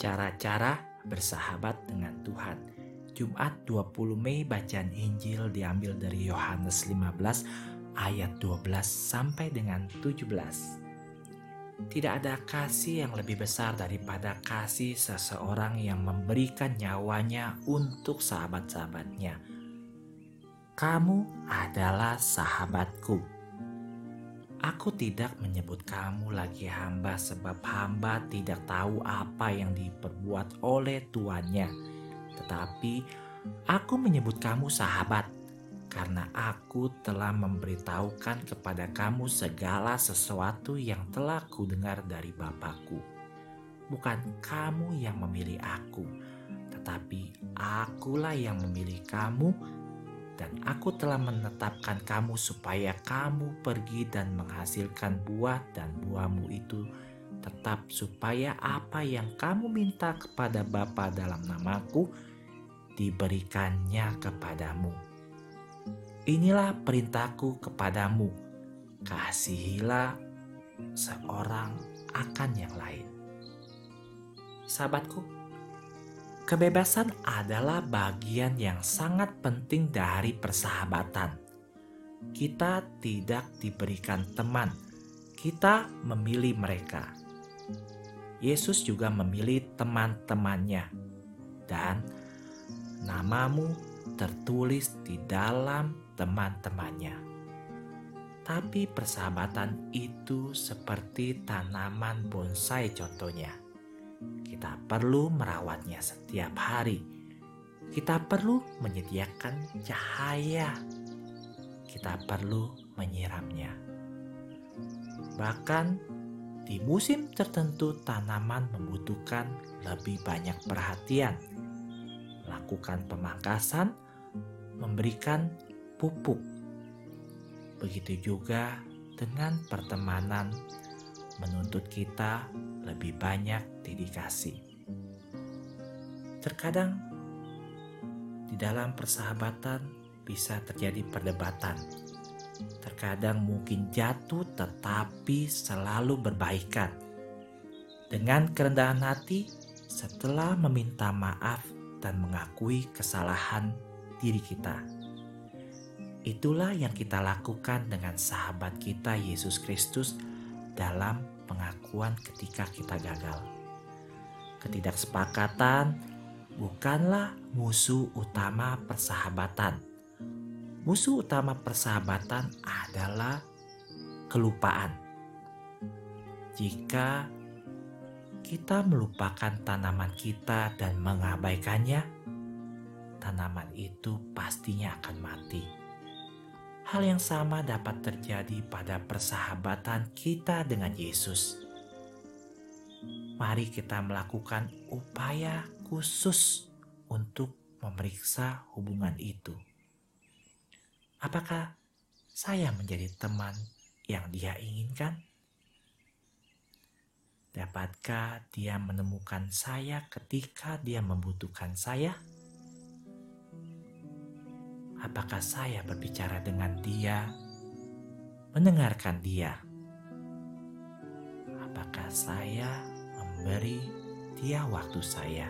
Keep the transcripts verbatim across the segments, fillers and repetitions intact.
Cara-cara bersahabat dengan Tuhan. Jumat dua puluh Mei, bacaan Injil diambil dari Yohanes lima belas ayat dua belas sampai dengan tujuh belas. Tidak ada kasih yang lebih besar daripada kasih seseorang yang memberikan nyawanya untuk sahabat-sahabatnya. Kamu adalah sahabatku. Aku tidak menyebut kamu lagi hamba sebab hamba tidak tahu apa yang diperbuat oleh tuannya. Tetapi aku menyebut kamu sahabat karena aku telah memberitahukan kepada kamu segala sesuatu yang telah kudengar dari Bapakku. Bukan kamu yang memilih aku, tetapi akulah yang memilih kamu. Dan aku telah menetapkan kamu supaya kamu pergi dan menghasilkan buah, dan buahmu itu tetap, supaya apa yang kamu minta kepada Bapa dalam namaku diberikannya kepadamu. Inilah perintahku kepadamu, kasihilah seorang akan yang lain. Sahabatku, kebebasan adalah bagian yang sangat penting dari persahabatan. Kita tidak diberikan teman, kita memilih mereka. Yesus juga memilih teman-temannya, dan namamu tertulis di dalam teman-temannya. Tapi persahabatan itu seperti tanaman bonsai contohnya. Kita perlu merawatnya setiap hari. Kita perlu menyediakan cahaya. Kita perlu menyiramnya. Bahkan di musim tertentu tanaman membutuhkan lebih banyak perhatian. Lakukan pemangkasan, memberikan pupuk. Begitu juga dengan pertemanan, menuntut kita lebih banyak dedikasi. Terkadang di dalam persahabatan bisa terjadi perdebatan. Terkadang mungkin jatuh tetapi selalu berbaikan. Dengan kerendahan hati, setelah meminta maaf dan mengakui kesalahan diri kita. Itulah yang kita lakukan dengan sahabat kita Yesus Kristus dalam pengakuan ketika kita gagal. Ketidaksepakatan bukanlah musuh utama persahabatan. Musuh utama persahabatan adalah kelupaan. Jika kita melupakan tanaman kita dan mengabaikannya, tanaman itu pastinya akan mati. Hal yang sama dapat terjadi pada persahabatan kita dengan Yesus. Mari kita melakukan upaya khusus untuk memeriksa hubungan itu. Apakah saya menjadi teman yang dia inginkan? Dapatkah dia menemukan saya ketika dia membutuhkan saya? Apakah saya berbicara dengan dia, mendengarkan dia? Apakah saya memberi dia waktu saya?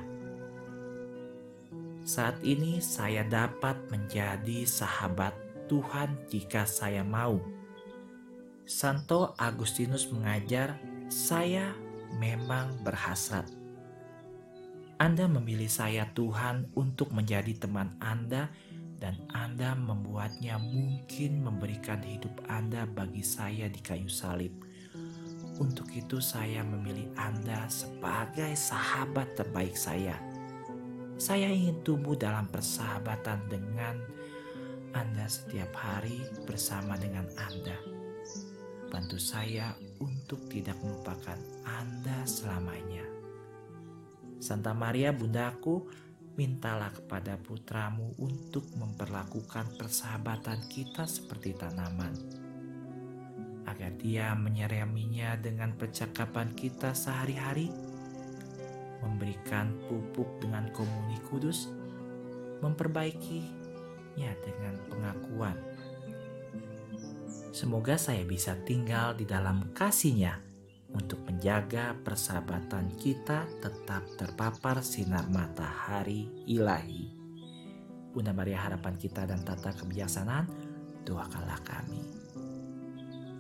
Saat ini saya dapat menjadi sahabat Tuhan jika saya mau. Santo Agustinus mengajar, saya memang berhasrat. Anda memilih saya Tuhan untuk menjadi teman Anda, dan Anda membuatnya mungkin memberikan hidup Anda bagi saya di kayu salib. Untuk itu saya memilih Anda sebagai sahabat terbaik saya. Saya ingin tumbuh dalam persahabatan dengan Anda setiap hari bersama dengan Anda. Bantu saya untuk tidak melupakan Anda selamanya. Santa Maria Bundaku, mintalah kepada putramu untuk memperlakukan persahabatan kita seperti tanaman, agar dia menyiraminya dengan percakapan kita sehari-hari, memberikan pupuk dengan komuni kudus, memperbaikinya dengan pengakuan. Semoga saya bisa tinggal di dalam kasih-Nya untuk menjaga persahabatan kita tetap terpapar sinar matahari ilahi. Bunda Maria harapan kita dan tata kebijaksanaan, doakanlah kami.